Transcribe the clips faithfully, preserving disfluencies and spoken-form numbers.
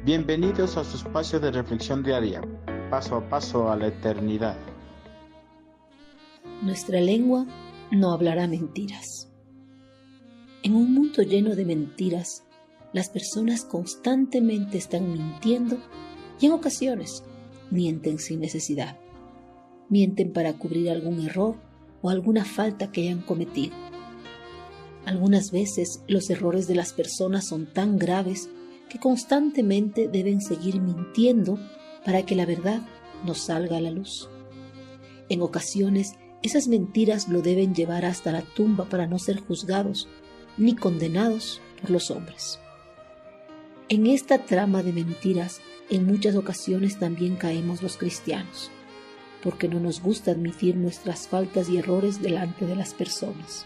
Bienvenidos a su espacio de reflexión diaria, paso a paso a la eternidad. Nuestra lengua no hablará mentiras. En un mundo lleno de mentiras, las personas constantemente están mintiendo y en ocasiones mienten sin necesidad. Mienten para cubrir algún error o alguna falta que hayan cometido. Algunas veces los errores de las personas son tan graves que constantemente deben seguir mintiendo para que la verdad no salga a la luz. En ocasiones, esas mentiras lo deben llevar hasta la tumba para no ser juzgados ni condenados por los hombres. En esta trama de mentiras, en muchas ocasiones también caemos los cristianos, porque no nos gusta admitir nuestras faltas y errores delante de las personas.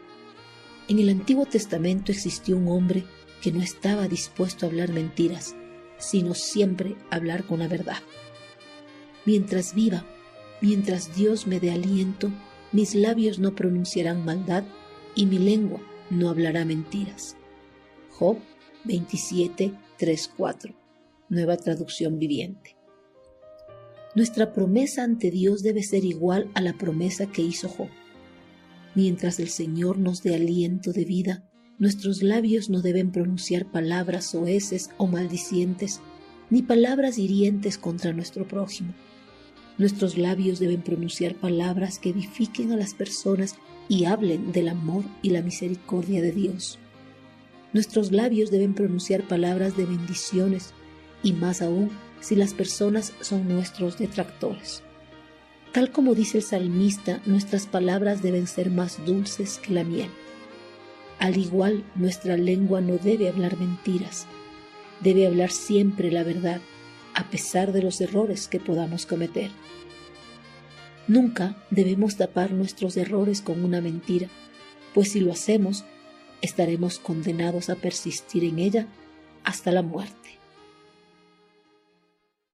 En el Antiguo Testamento existió un hombre que no estaba dispuesto a hablar mentiras, sino siempre hablar con la verdad. Mientras viva, mientras Dios me dé aliento, mis labios no pronunciarán maldad y mi lengua no hablará mentiras. Job veintisiete, tres, cuatro, Nueva Traducción Viviente. Nuestra promesa ante Dios debe ser igual a la promesa que hizo Job. Mientras el Señor nos dé aliento de vida, nuestros labios no deben pronunciar palabras soeces o maldicientes, ni palabras hirientes contra nuestro prójimo. Nuestros labios deben pronunciar palabras que edifiquen a las personas y hablen del amor y la misericordia de Dios. Nuestros labios deben pronunciar palabras de bendiciones, y más aún si las personas son nuestros detractores. Tal como dice el salmista, nuestras palabras deben ser más dulces que la miel. Al igual, nuestra lengua no debe hablar mentiras, debe hablar siempre la verdad, a pesar de los errores que podamos cometer. Nunca debemos tapar nuestros errores con una mentira, pues si lo hacemos, estaremos condenados a persistir en ella hasta la muerte.